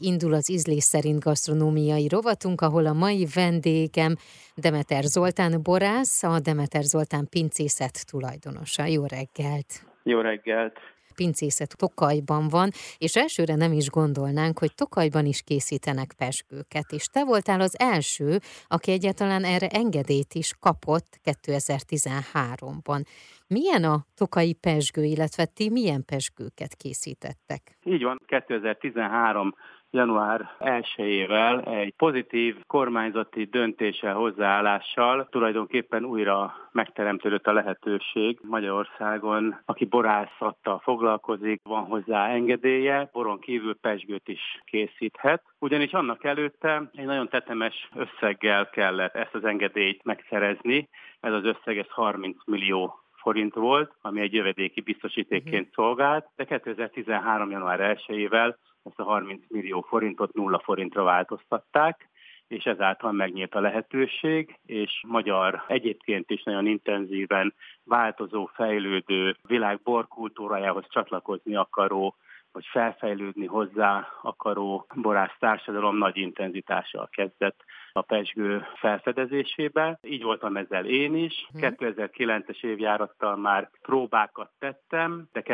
indul az Ízlés szerint gasztronómiai rovatunk, ahol a mai vendégem Demeter Zoltán borász, a Demeter Zoltán pincészet tulajdonosa. Jó reggelt! Jó reggelt! Pincészet Tokajban van, és elsőre nem is gondolnánk, hogy Tokajban is készítenek pezsgőket, és te voltál az első, aki egyáltalán erre engedélyt is kapott 2013-ban. Milyen a tokaji pezsgő, illetve ti milyen pezsgőket készítettek? Így van, 2013. január 1-ével egy pozitív kormányzati döntéssel, hozzáállással tulajdonképpen újra megteremtődött a lehetőség Magyarországon, aki borászattal foglalkozik, van hozzá engedélye, boron kívül pezsgőt is készíthet. Ugyanis annak előtte egy nagyon tetemes összeggel kellett ezt az engedélyt megszerezni, ez az összeg 30 millió forint volt, ami egy jövedéki biztosítékként szolgált, de 2013. január 1-ével ezt a 30 millió forintot 0 forintra változtatták, és ezáltal megnyílt a lehetőség, és magyar egyébként is nagyon intenzíven változó, fejlődő világ borkultúrájához csatlakozni akaró, vagy felfejlődni hozzá akaró borász társadalom nagy intenzitással kezdett a pezsgő felfedezésébe. Így voltam ezzel én is. 2009-es évjárattal már próbákat tettem, de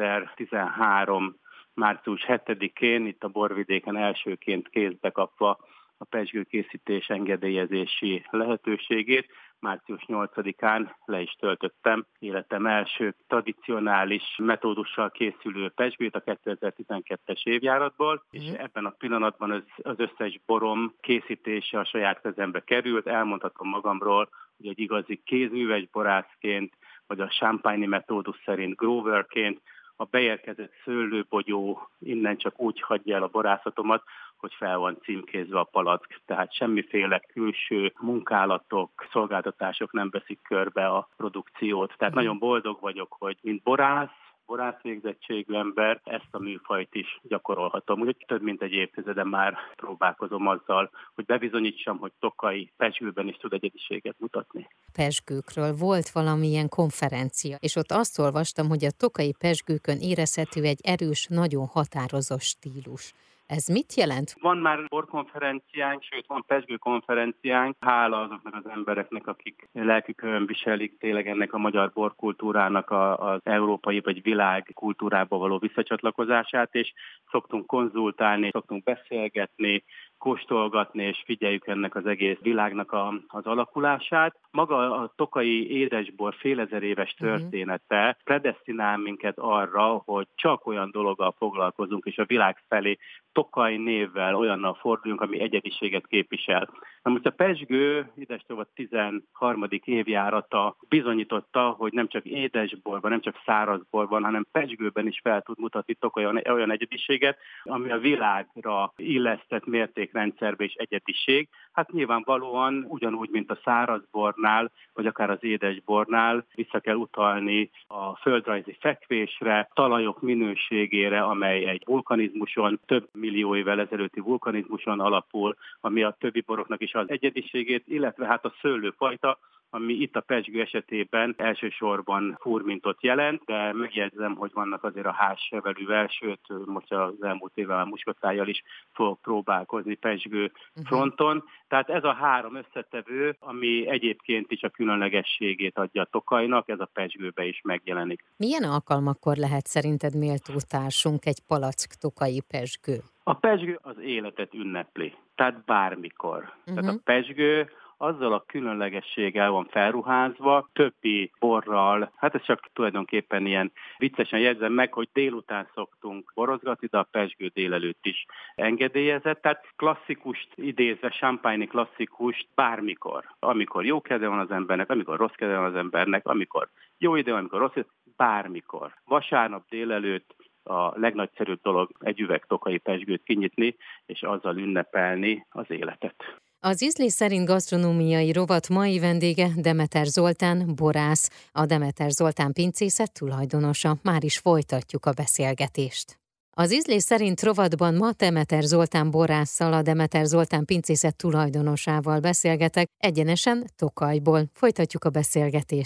2013. március 7-én itt a Borvidéken elsőként kézbe kapva a pezsgőkészítés engedélyezési lehetőségét, március 8-án le is töltöttem életem első tradicionális metódussal készülő pezsgőt a 2012-es évjáratból, és ebben a pillanatban az összes borom készítése a saját kezembe került. Elmondhatom magamról, hogy egy igazi kézműves borászként, vagy a champagne metódus szerint growerként a beérkezett szőlőbogyó innen csak úgy hagyja el a borászatomat, hogy fel van címkézve a palack, tehát semmiféle külső munkálatok, szolgáltatások nem veszik körbe a produkciót. Tehát nagyon boldog vagyok, hogy mint borászvégzettségű ember ezt a műfajt is gyakorolhatom. Úgyhogy több mint egy évtizeden már próbálkozom azzal, hogy bebizonyítsam, hogy tokaji pezsgőben is tud egyediséget mutatni. Pezsgőkről volt valamilyen konferencia, és ott azt olvastam, hogy a tokaji pezsgőkön érezhető egy erős, nagyon határozott stílus. Ez mit jelent? Van már borkonferenciánk, sőt van pezsgőkonferenciánk. Hála azoknak az embereknek, akik lelkükön viselik tényleg ennek a magyar borkultúrának az európai vagy világ kultúrába való visszacsatlakozását, és szoktunk konzultálni, szoktunk beszélgetni, kóstolgatni, és figyeljük ennek az egész világnak az alakulását. Maga a tokaji édesbor félezer éves története predesztinál minket arra, hogy csak olyan dologgal foglalkozunk, és a világ felé Tokaj névvel olyannal forduljunk, ami egyediséget képvisel. Na most a pezsgő idestova 13. évjárata bizonyította, hogy nem csak édesborban, nem csak szárazborban, hanem pezsgőben is fel tud mutatni Tokaj olyan egyediséget, ami a világra illesztett mértékrendszerbe is egyediség. Hát nyilvánvalóan ugyanúgy, mint a szárazbornál, vagy akár az édesbornál vissza kell utalni a földrajzi fekvésre, talajok minőségére, amely egy vulkanizmuson, több millió évvel ezelőtti vulkanizmuson alapul, ami a többi boroknak is az egyediségét, illetve hát a szőlőfajta, ami itt a pezsgő esetében elsősorban furmintot jelent, de megjegyzem, hogy vannak azért a házsevelűvel, sőt, most az elmúlt évvel a muskotájjal is fogok próbálkozni pezsgő fronton. Tehát ez a három összetevő, ami egyébként is a különlegességét adja a Tokajnak, ez a pezsgőbe is megjelenik. Milyen alkalmakkor lehet szerinted méltó társunk egy palack tokaji pezsgő? A pezsgő az életet ünnepli, tehát bármikor. Tehát a pezsgő azzal a különlegességgel van felruházva, többi borral, hát ez csak tulajdonképpen ilyen viccesen jegyzem meg, hogy délután szoktunk borozgatni, de a pezsgő délelőtt is engedélyezett, tehát klasszikust idézve, champagne klasszikust bármikor. Amikor jó kedve van az embernek, amikor rossz kedve van az embernek, amikor jó idő, amikor rossz idő, bármikor. Vasárnap délelőtt a legnagyszerűbb dolog egy üveg tokaji pezsgőt kinyitni, és azzal ünnepelni az életet. Az Ízlés szerint gasztronómiai rovat mai vendége Demeter Zoltán, borász, a Demeter Zoltán pincészet tulajdonosa. Már is folytatjuk a beszélgetést. Az Ízlés szerint rovatban ma Demeter Zoltán borásszal, a Demeter Zoltán pincészet tulajdonosával beszélgetek, egyenesen Tokajból. Folytatjuk a beszélgetést.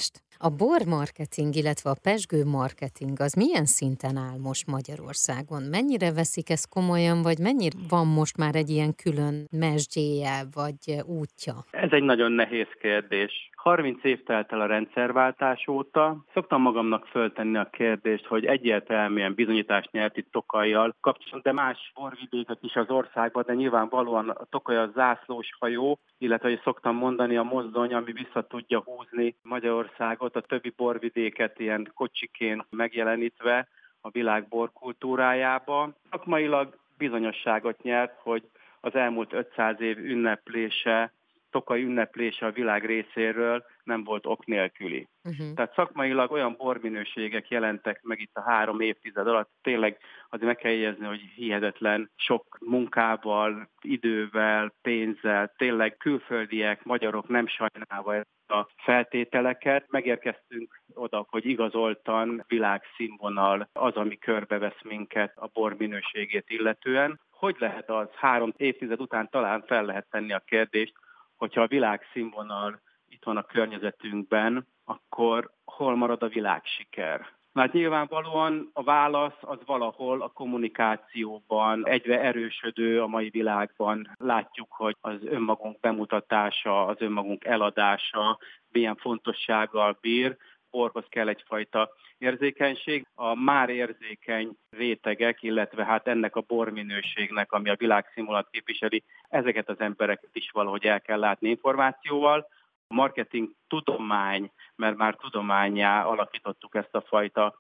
A bormarketing, illetve a pezsgő marketing az milyen szinten áll most Magyarországon? Mennyire veszik ezt komolyan, vagy mennyire van most már egy ilyen külön mesdjéje, vagy útja? Ez egy nagyon nehéz kérdés. 30 év telt el a rendszerváltás óta. Szoktam magamnak föltenni a kérdést, hogy egyértelműen bizonyítást nyert itt Tokajjal kapcsolatban, de más borvidékek is az országban, de nyilvánvalóan a Tokaj a zászlós hajó, illetve, hogy szoktam mondani, a mozdony, ami vissza tudja húzni Magyarországot, a többi borvidéket ilyen kocsikén megjelenítve a világ borkultúrájába. Szakmailag bizonyosságot nyert, hogy az elmúlt 500 év ünneplése, Tokaj ünneplése a világ részéről nem volt ok nélküli. Tehát szakmailag olyan borminőségek jelentek meg itt a 3 évtized alatt, tényleg azért meg kell jegyezni, hogy hihetetlen sok munkával, idővel, pénzzel, tényleg külföldiek, magyarok nem sajnálva a feltételeket. Megérkeztünk oda, hogy igazoltan világszínvonal az, ami körbevesz minket a bor minőségét illetően. Hogy lehet az 3 évtized után talán fel lehet tenni a kérdést, hogyha a világszínvonal itt van a környezetünkben, akkor hol marad a világsiker? Hát nyilvánvalóan a válasz az valahol a kommunikációban egyre erősödő a mai világban. Látjuk, hogy az önmagunk bemutatása, az önmagunk eladása milyen fontossággal bír. Borhoz kell egyfajta érzékenység. A már érzékeny rétegek, illetve hát ennek a borminőségnek, ami a világszínvonalat képviseli, ezeket az embereket is valahogy el kell látni információval. A marketing tudomány, mert már tudománnyá alakítottuk ezt a fajta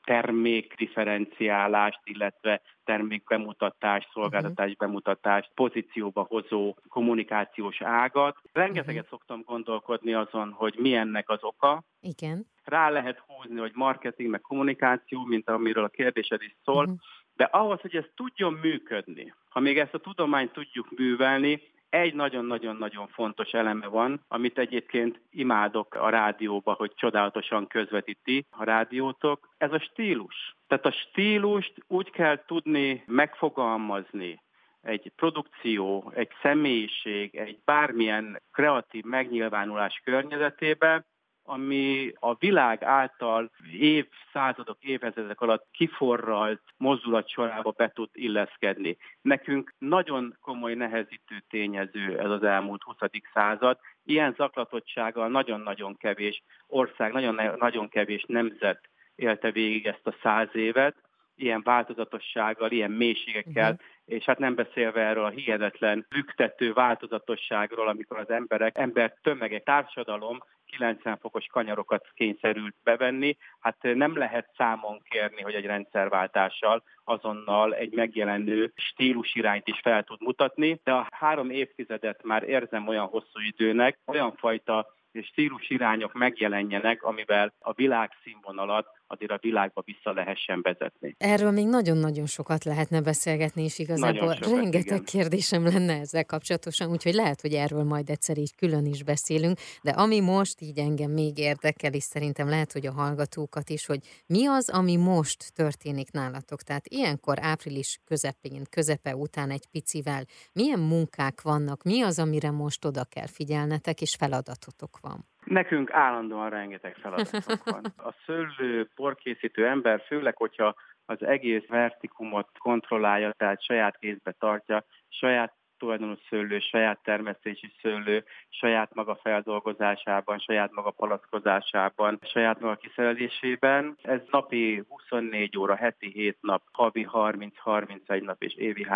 termékdifferenciálást, illetve termékbemutatást, szolgáltatás bemutatást, pozícióba hozó kommunikációs ágat. Rengeteget szoktam gondolkodni azon, hogy mi ennek az oka. Igen. Rá lehet húzni, hogy marketing, meg kommunikáció, mint amiről a kérdésed is szól, de ahhoz, hogy ez tudjon működni, ha még ezt a tudományt tudjuk művelni, egy nagyon-nagyon-nagyon fontos eleme van, amit egyébként imádok a rádióba, hogy csodálatosan közvetíti a rádiótok. Ez a stílus. Tehát a stílust úgy kell tudni megfogalmazni, egy produkció, egy személyiség, egy bármilyen kreatív megnyilvánulás környezetében, ami a világ által évszázadok, évezredek alatt kiforralt mozdulat sorába be tud illeszkedni. Nekünk nagyon komoly nehezítő tényező ez az elmúlt 20. század. Ilyen zaklatottsággal nagyon-nagyon kevés ország, nagyon kevés nemzet élte végig ezt a 100 évet, ilyen változatossággal, ilyen mélységekkel, és hát nem beszélve erről a hihetetlen büktető változatosságról, amikor az ember tömegek, társadalom 90 fokos kanyarokat kényszerült bevenni, hát nem lehet számon kérni, hogy egy rendszerváltással azonnal egy megjelenő stílusirányt is fel tud mutatni, de a 3 évtizedet már érzem olyan hosszú időnek, olyan fajta stílusirányok megjelenjenek, amivel a világszínvonalat azért a világba vissza lehessen vezetni. Erről még nagyon-nagyon sokat lehetne beszélgetni, és igazából rengeteg kérdésem lenne ezzel kapcsolatosan, úgyhogy lehet, hogy erről majd egyszer így külön is beszélünk, de ami most így engem még érdekel, és szerintem lehet, hogy a hallgatókat is, hogy mi az, ami most történik nálatok? Tehát ilyenkor április közepén, közepe után egy picivel milyen munkák vannak, mi az, amire most oda kell figyelnetek, és feladatotok van? Nekünk állandóan rengeteg feladatunk van. A szőlő, porkészítő ember, főleg, hogyha az egész vertikumot kontrollálja, tehát saját kézbe tartja, saját tulajdonú szőlő, saját termesztési szőlő, saját maga feldolgozásában, saját maga palackozásában, saját maga kiszerelésében. Ez napi 24 óra, heti 7 nap, havi 30-31 nap és évi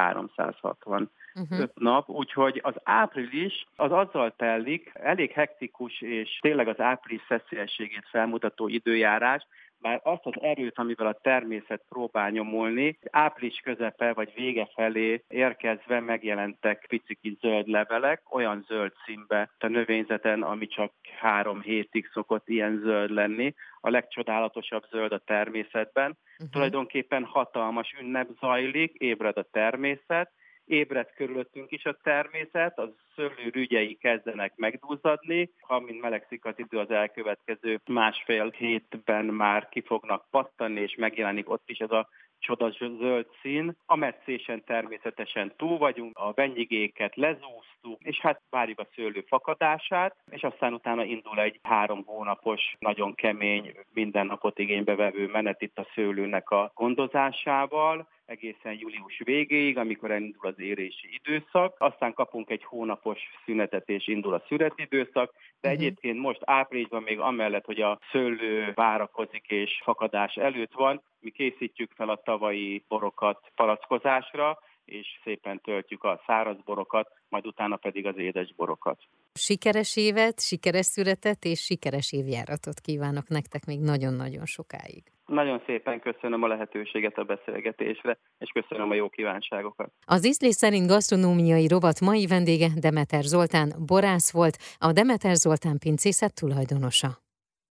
365 nap, úgyhogy az április az azzal telik, elég hektikus és tényleg az április szeszélyességét felmutató időjárás, bár azt az erőt, amivel a természet próbál nyomulni, április közepe vagy vége felé érkezve megjelentek picikis zöld levelek, olyan zöld színbe a növényzeten, ami csak 3 hétig szokott ilyen zöld lenni. A legcsodálatosabb zöld a természetben. Tulajdonképpen hatalmas ünnep zajlik, ébred a természet, ébred körülöttünk is a természet, a szőlő rügyei kezdenek megduzzadni, amint melegszik az idő, az elkövetkező 1,5 hétben már ki fognak pattanni, és megjelenik ott is ez a csoda zöld szín. A meccésen természetesen túl vagyunk, a venyigéket lezúztuk, és hát várjuk a szőlő fakadását, és aztán utána indul egy 3 hónapos, nagyon kemény, minden napot igénybe vevő menet itt a szőlőnek a gondozásával, egészen július végéig, amikor elindul az érési időszak. Aztán kapunk egy hónapos szünetet, és indul a születidőszak, de egyébként most áprilisban még amellett, hogy a szőlő várakozik és fakadás előtt van, mi készítjük fel a tavalyi borokat palackozásra, és szépen töltjük a száraz borokat, majd utána pedig az édes borokat. Sikeres évet, sikeres születet és sikeres évjáratot kívánok nektek még nagyon-nagyon sokáig. Nagyon szépen köszönöm a lehetőséget a beszélgetésre, és köszönöm a jó kívánságokat. Az ízlés szerint gasztronómiai rovat mai vendége Demeter Zoltán borász volt, a Demeter Zoltán pincészet tulajdonosa.